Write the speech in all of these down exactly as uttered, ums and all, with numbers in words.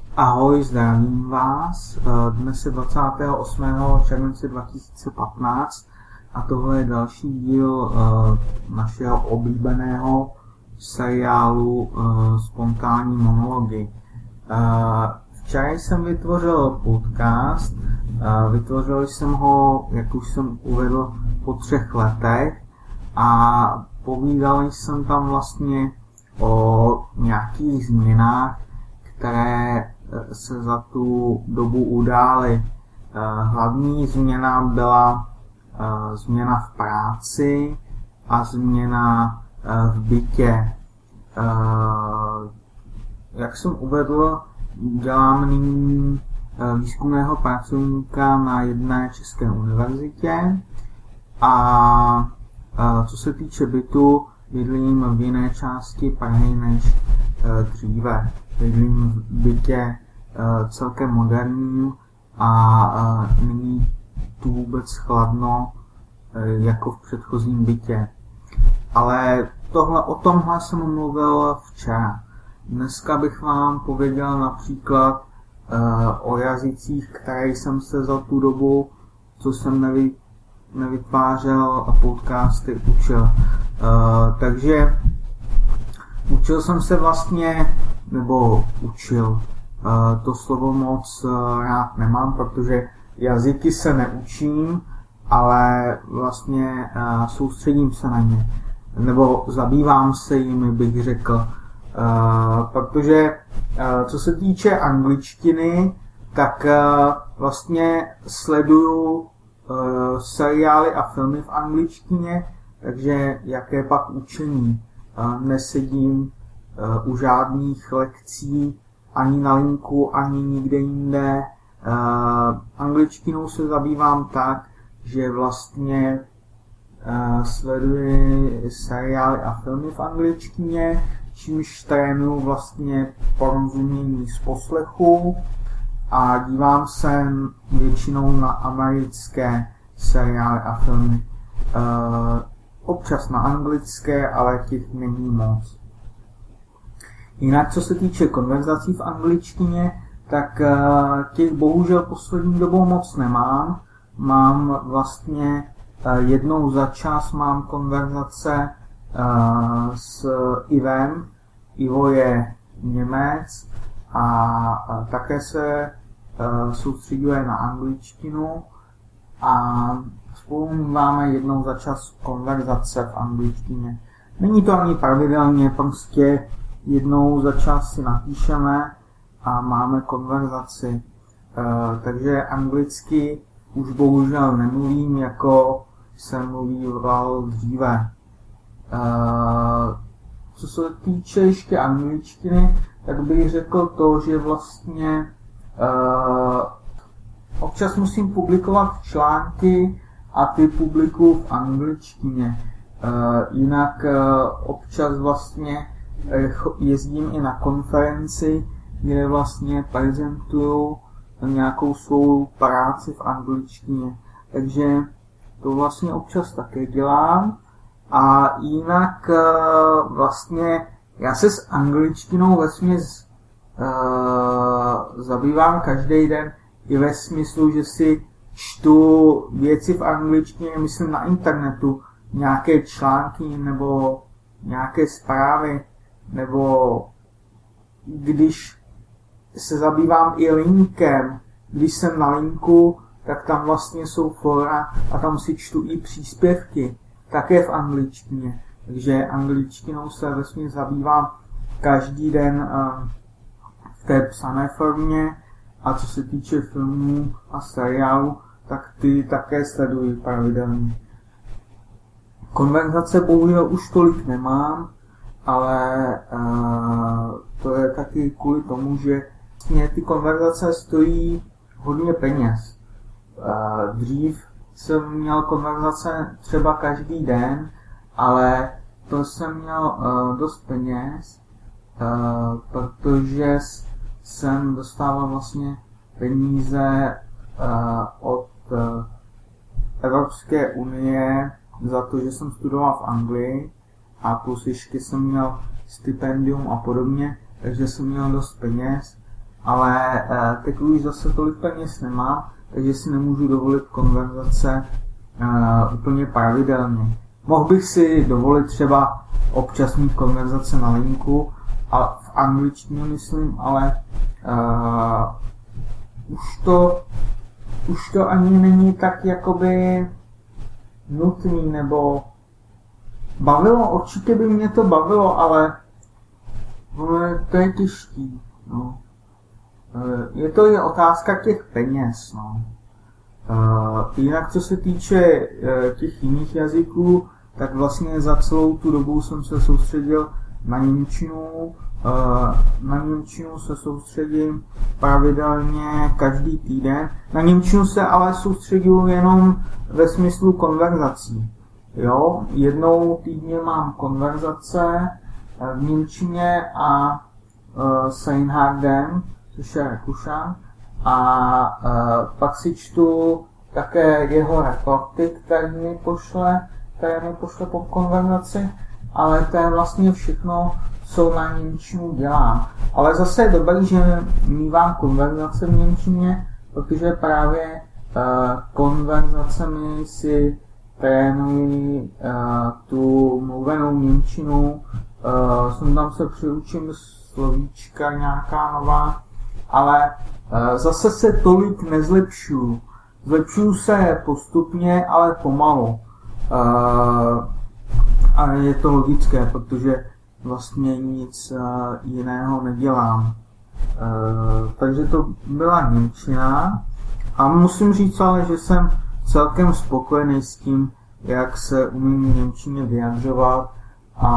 Ahoj, zdravím vás. Dnes je dvacátého osmého července dva tisíce patnáct a tohle je další díl našeho oblíbeného seriálu Spontánní monology. Včera jsem vytvořil podcast, vytvořil jsem ho, jak už jsem uvedl, po třech letech a povídal jsem tam vlastně o nějakých změnách, které se za tu dobu udály. Hlavní změna byla změna v práci a změna v bytě. Jak jsem uvedl, dělám nyní výzkumného pracovníka na jedné české univerzitě a co se týče bytu, bydlím v jiné části Prahy než dříve. Bydlím v bytě celkem moderním a není tu vůbec chladno jako v předchozím bytě. Ale tohle, o tomhle jsem mluvil včera. Dneska bych vám pověděl například o jazycích, které jsem se za tu dobu, co jsem nevy, nevytvářel podcasty, učil. Takže učil jsem se vlastně, nebo učil, to slovo moc rád nemám, protože jazyky se neučím, ale vlastně soustředím se na ně, nebo zabývám se jimi, bych řekl. Protože co se týče angličtiny, tak vlastně sleduju seriály a filmy v angličtině, takže jaké pak učení. Nesedím u žádných lekcí ani na linku, ani nikde jinde. Angličtinou se zabývám tak, že vlastně sleduji seriály a filmy v angličtině, čímž trénuju vlastně porozumění z poslechu a dívám se většinou na americké seriály a filmy. Občas na anglické, ale těch není moc. Jinak co se týče konverzací v angličtině, tak těch bohužel poslední dobou moc nemám. Mám vlastně jednou za čas mám konverzace s Ivem. Ivo je Němec a také se soustředuje na angličtinu a spolu máme jednou za čas konverzace v angličtině. Není to ani pravidelně, prostě jednou za čas si napíšeme a máme konverzaci. E, takže anglicky už bohužel nemluvím, jako jsem mluvíval dříve. E, co se týče ještě angličtiny, tak bych řekl to, že vlastně e, občas musím publikovat články a ty publikuju v angličtině. E, jinak e, občas vlastně jezdím i na konferenci, kde vlastně prezentuju nějakou svou práci v angličtině. Takže to vlastně občas také dělám. A jinak vlastně já se s angličtinou vesměs uh, zabývám každý den i ve smyslu, že si čtu věci v angličtině, myslím na internetu, nějaké články nebo nějaké zprávy, nebo když se zabývám i linkem, když jsem na linku, tak tam vlastně jsou fora a tam si čtu i příspěvky, také v angličtině. Takže angličtinou se vesměs zabývám každý den v té psané formě a co se týče filmů a seriálů, tak ty také sleduji pravidelně. Konverzace bohužel už tolik nemám, ale uh, to je taky kvůli tomu, že vlastně ty konverzace stojí hodně peněz. Uh, dřív jsem měl konverzace třeba každý den, ale to jsem měl uh, dost peněz, uh, protože jsem dostával vlastně peníze uh, od uh, Evropské unie za to, že jsem studoval v Anglii a plus ještě jsem měl stipendium a podobně, takže jsem měl dost peněz ale teď už zase tolik peněz nemám, takže si nemůžu dovolit konverzace uh, úplně pravidelně. Mohl bych si dovolit třeba občas mít konverzace na linku, a v angličtině myslím, ale uh, už, to, už to ani není tak jakoby nutný, nebo bavilo, určitě by mě to bavilo, ale to je těžký. No. Je to i otázka těch peněz. No. Jinak co se týče těch jiných jazyků, tak vlastně za celou tu dobu jsem se soustředil na němčinu. Na němčinu se soustředím pravidelně každý týden. Na němčinu se ale soustředím jenom ve smyslu konverzací. Jo? Jednou týdně mám konverzace v němčině a uh, s Reinhardem, což je Rakušan, a uh, pak si čtu také jeho reporty, které mi pošle, které mi pošle po konverzaci, ale to je vlastně všechno, co na němčinu dělám. Ale zase je dobrý, že mívám konverzace v němčině, protože právě uh, konverzacemi si trénuji uh, tu mluvenou němčinu, uh, jsem tam se přiučím slovíčka nějaká nová, ale uh, zase se tolik nezlepšuju. Zlepšuju se postupně, ale pomalu. Uh, a je to logické, protože vlastně nic uh, jiného nedělám. Uh, takže to byla němčina a musím říct ale, že jsem celkem spokojený s tím, jak se umím v němčině vyjadřovat a,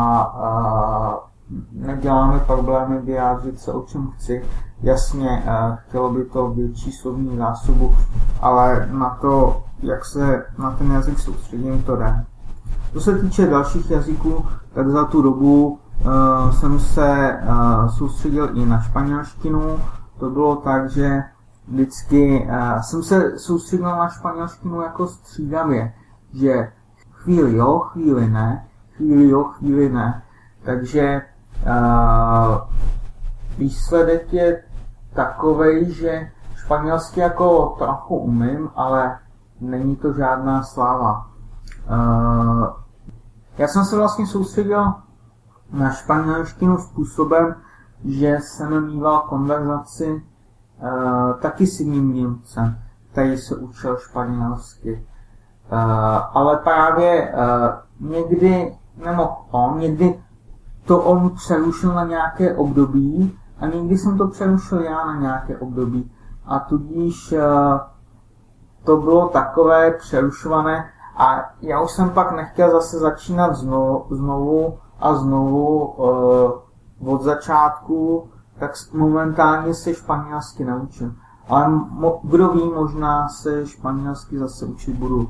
a neděláme problémy vyjádřit se, o čem chci. Jasně, chtělo by to větší slovní zásobu, ale na to, jak se na ten jazyk soustředím, to jde. Co se týče dalších jazyků, tak za tu dobu uh, jsem se uh, soustředil i na španělštinu. To bylo tak, že vždycky uh, jsem se soustředil na španělštinu jako střídavě, že chvíli jo, chvíli ne, chvíli jo, chvíli ne. Takže uh, výsledek je takovej, že španělsky jako trochu umím, ale není to žádná sláva. Uh, já jsem se vlastně soustředil na španělštinu způsobem, že jsem mýval konverzaci uh, taky s jiným Němcem, který se učil španělsky. Uh, ale právě uh, někdy nemohl on, někdy to on přerušil na nějaké období a někdy jsem to přerušil já na nějaké období. A tudíž uh, to bylo takové přerušované a já už jsem pak nechtěl zase začínat znovu, znovu a znovu uh, od začátku, tak momentálně se španělsky naučím. Ale mo- kdo ví, možná se španělsky zase učit budu.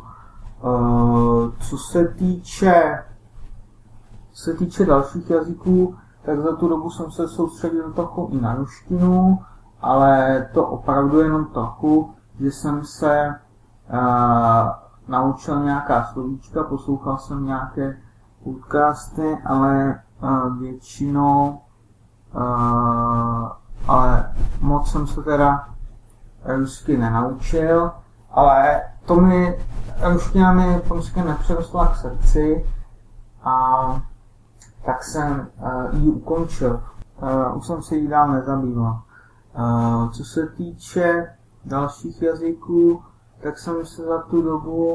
Uh, co se týče co se týče dalších jazyků, tak za tu dobu jsem se soustředil trochu i na ruštinu, ale to opravdu jenom trochu, že jsem se uh, naučil nějaká slovíčka, poslouchal jsem nějaké podcasty, ale uh, většinou, uh, ale moc jsem se teda rusky nenaučil, ale to mi, ruština mi prostě nepřirostla k srdci a tak jsem uh, ji ukončil. Uh, už jsem se jí dál nezabýval. Uh, co se týče dalších jazyků, tak jsem se za tu dobu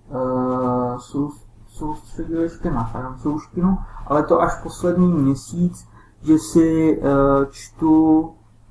uh, soustředil ještě na francouzštinu, ale to až poslední měsíc, že si uh, čtu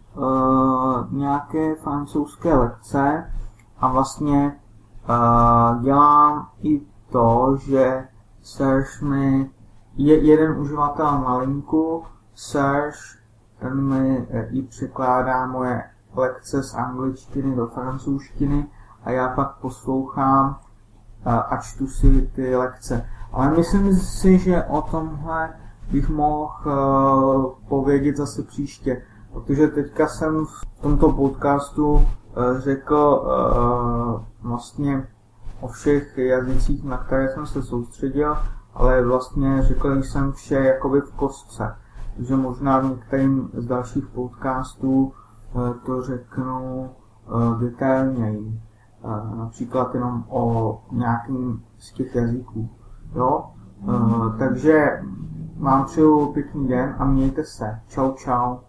uh, nějaké francouzské lekce a vlastně uh, dělám i to, že Serge mi je jeden uživatel na linku, Serge, ten mi i překládá moje lekce z angličtiny do francouzštiny a já pak poslouchám a čtu si ty lekce. Ale myslím si, že o tomhle bych mohl povědět zase příště, protože teďka jsem v tomto podcastu řekl vlastně o všech jazycích, na které jsem se soustředil, ale vlastně řekl jsem vše jakoby v kostce. Takže možná v některým z dalších podcastů to řeknu detailněji. Například jenom o nějakým z těch jazyků. Jo? Takže vám přeju pěkný den a mějte se. Čau, čau.